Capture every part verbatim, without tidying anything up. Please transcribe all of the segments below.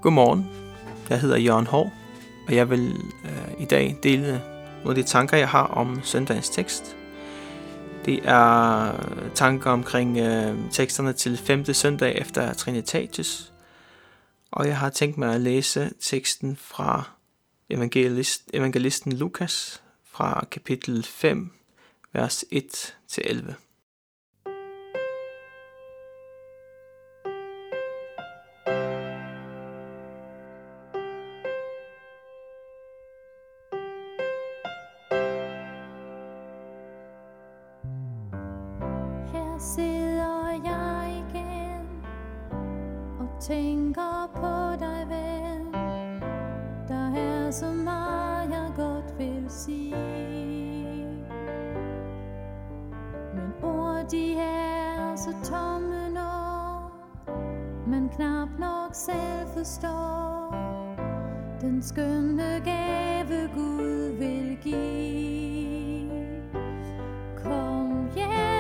Godmorgen, jeg hedder Jørgen Hår, og jeg vil øh, i dag dele nogle af de tanker, jeg har om søndagens tekst. Det er tanker omkring øh, teksterne til femte søndag efter Trinitatis, og jeg har tænkt mig at læse teksten fra evangelist, evangelisten Lukas fra kapitel fem, vers et til elleve. Sidder jeg igen og tænker på dig, ven. Der er så meget jeg godt vil sige, men ord de er så tomme, når man knap nok selv forstår den skønne gave Gud vil give. Kom hjem.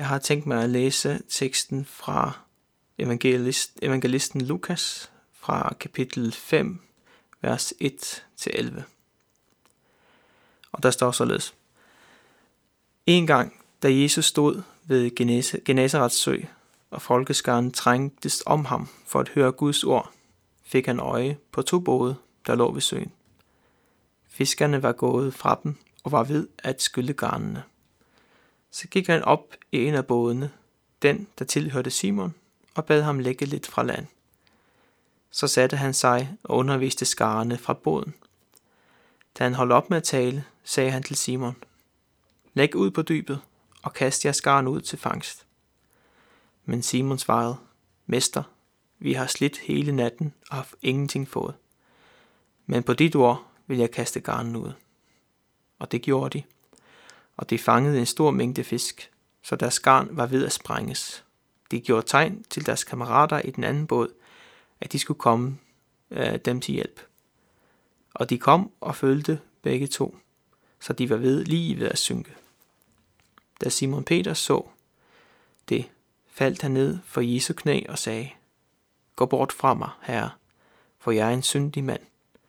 Jeg har tænkt mig at læse teksten fra evangelist, evangelisten Lukas fra kapitel fem, vers et til elleve. Og der står således: En gang, da Jesus stod ved Genesarets sø, og folkeskaren trængtes om ham for at høre Guds ord, fik han øje på to både, der lå ved søen. Fiskerne var gået fra dem og var ved at skylle garnene. Så gik han op i en af bådene, den der tilhørte Simon, og bad ham lægge lidt fra land. Så satte han sig og underviste skarne fra båden. Da han holdt op med at tale, sagde han til Simon: Læg ud på dybet og kast jer skarne ud til fangst. Men Simon svarede: Mester, vi har slidt hele natten og har ingenting fået. Men på dit ord vil jeg kaste garnen ud. Og det gjorde de. Og de fangede en stor mængde fisk, så deres garn var ved at sprænges. De gjorde tegn til deres kammerater i den anden båd, at de skulle komme øh, dem til hjælp. Og de kom og følte begge to, så de var ved lige ved at synke. Da Simon Peter så det, faldt han ned for Jesu knæ og sagde: Gå bort fra mig, Herre, for jeg er en syndig mand.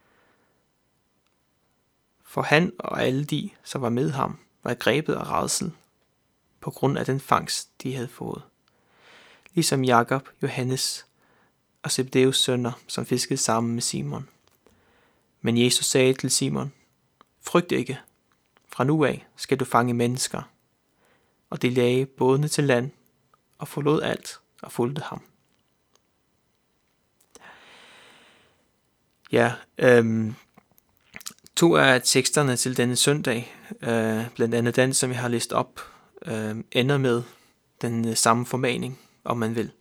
For han og alle de, som var med ham, var grebet af rædsel på grund af den fangst, de havde fået. Ligesom Jakob, Johannes og Zebedeus sønner, som fiskede sammen med Simon. Men Jesus sagde til Simon: Frygt ikke, fra nu af skal du fange mennesker. Og de lagde bådene til land og forlod alt og fulgte ham. Ja, øhm, to af teksterne til denne søndag, øh, blandt andet den, som jeg har læst op, øh, ender med den øh, samme formaning, om man vil.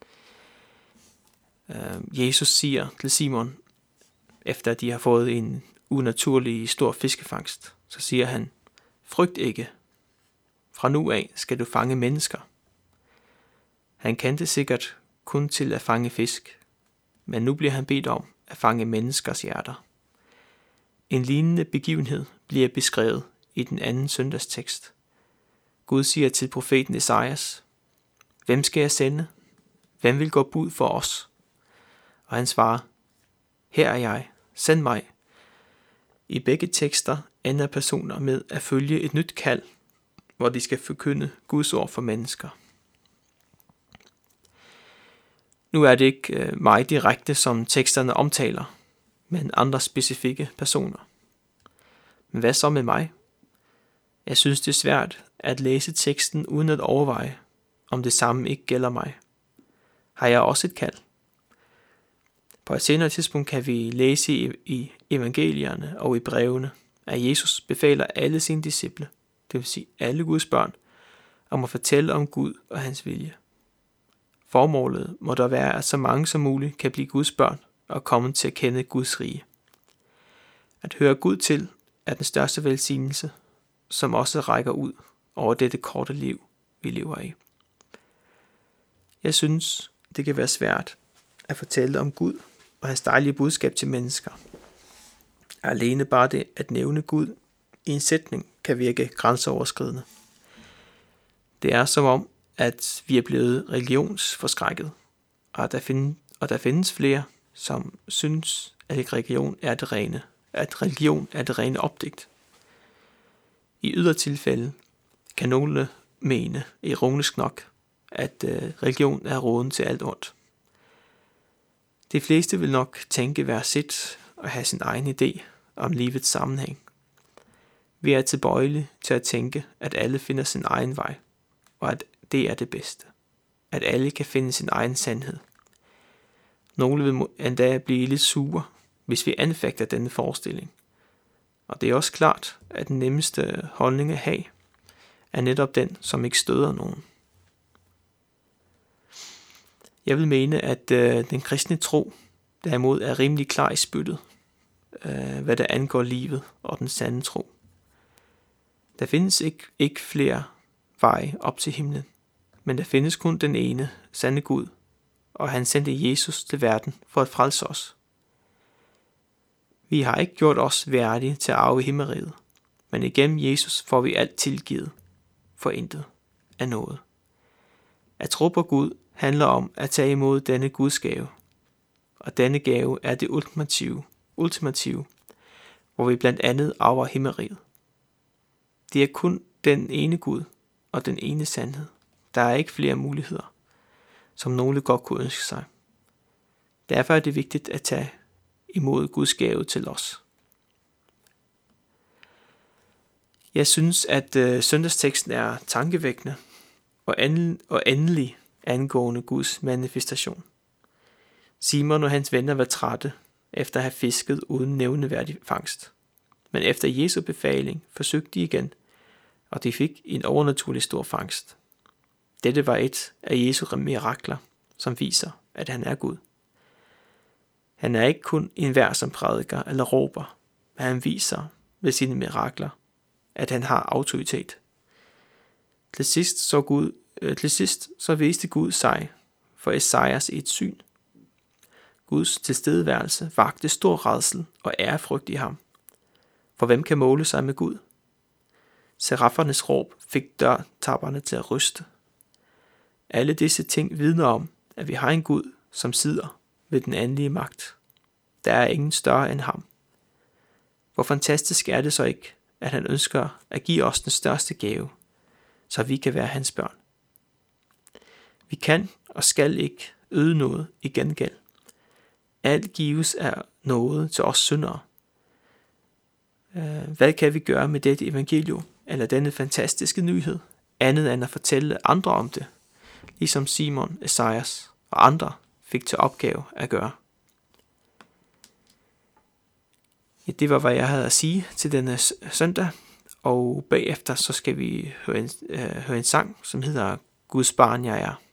Øh, Jesus siger til Simon, efter at de har fået en unaturlig stor fiskefangst, så siger han: Frygt ikke, fra nu af skal du fange mennesker. Han kendte sikkert kun til at fange fisk, men nu bliver han bedt om at fange menneskers hjerter. En lignende begivenhed bliver beskrevet i den anden søndagstekst. Gud siger til profeten Esajas: Hvem skal jeg sende? Hvem vil gå bud for os? Og han svarer: Her er jeg, send mig. I begge tekster ender personer med at følge et nyt kald, hvor de skal forkynde Guds ord for mennesker. Nu er det ikke mig direkte, som teksterne omtaler, men andre specifikke personer. Men hvad så med mig? Jeg synes, det er svært at læse teksten uden at overveje, om det samme ikke gælder mig. Har jeg også et kald? På et senere tidspunkt kan vi læse i, i evangelierne og i brevene, at Jesus befaler alle sine disciple, det vil sige alle Guds børn, om at fortælle om Gud og hans vilje. Formålet må der være, at så mange som muligt kan blive Guds børn og komme til at kende Guds rige. At høre Gud til er den største velsignelse, som også rækker ud over dette korte liv, vi lever i. Jeg synes, det kan være svært at fortælle om Gud og hans dejlige budskab til mennesker. Alene bare det at nævne Gud i en sætning kan virke grænseoverskridende. Det er som om, at vi er blevet religionsforskrækket, og der, find, og der findes flere, som synes, at religion er det rene, at religion er det rene opdigt. I ydre tilfælde kan nogle mene, ironisk nok, at øh, religion er roden til alt ondt. De fleste vil nok tænke hver sit og have sin egen idé om livets sammenhæng. Vi er tilbøjelige til at tænke, at alle finder sin egen vej, og at det er det bedste. At alle kan finde sin egen sandhed. Nogle vil endda blive lidt sure, hvis vi anfægter denne forestilling. Og det er også klart, at den nemmeste holdning at have, er netop den, som ikke støder nogen. Jeg vil mene, at øh, den kristne tro derimod er rimelig klar i spyttet, øh, hvad der angår livet og den sande tro. Der findes ikke, ikke flere veje op til himlen, men der findes kun den ene, sande Gud, og han sendte Jesus til verden for at frelse os. Vi har ikke gjort os værdige til at arve himmeriget, men igennem Jesus får vi alt tilgivet, for intet af noget. At tro på Gud handler om at tage imod denne Guds gave. Og denne gave er det ultimative, ultimative, hvor vi blandt andet arver himmeriget. Det er kun den ene Gud og den ene sandhed. Der er ikke flere muligheder, som nogle godt kunne ønske sig. Derfor er det vigtigt at tage imod Guds gave til os. Jeg synes, at øh, søndagsteksten er tankevækkende og, anden, og endelig angående Guds manifestation. Simon og hans venner var trætte efter at have fisket uden nævneværdig fangst. Men efter Jesu befaling forsøgte de igen, og de fik en overnaturlig stor fangst. Dette var et af Jesu mirakler, som viser, at han er Gud. Han er ikke kun enhver, som prædiker eller råber, men han viser ved sine mirakler, at han har autoritet. Til sidst så, Gud, øh, til sidst så viste Gud sig for Esajas i et syn. Guds tilstedeværelse vakte stor rædsel og ærefrygt i ham. For hvem kan måle sig med Gud? Seraffernes råb fik dørtapperne til at ryste. Alle disse ting vidner om, at vi har en Gud, som sidder ved den åndelige magt. Der er ingen større end ham. Hvor fantastisk er det så ikke, at han ønsker at give os den største gave, så vi kan være hans børn. Vi kan og skal ikke yde noget i gengæld. Alt gives af noget til os syndere. Hvad kan vi gøre med dette evangelium, eller denne fantastiske nyhed, andet end at fortælle andre om det, ligesom Simon, Esajas og andre fik til opgave at gøre? Ja, det var, hvad jeg havde at sige til denne søndag, og bagefter så skal vi høre en, øh, høre en sang, som hedder Guds barn jeg er.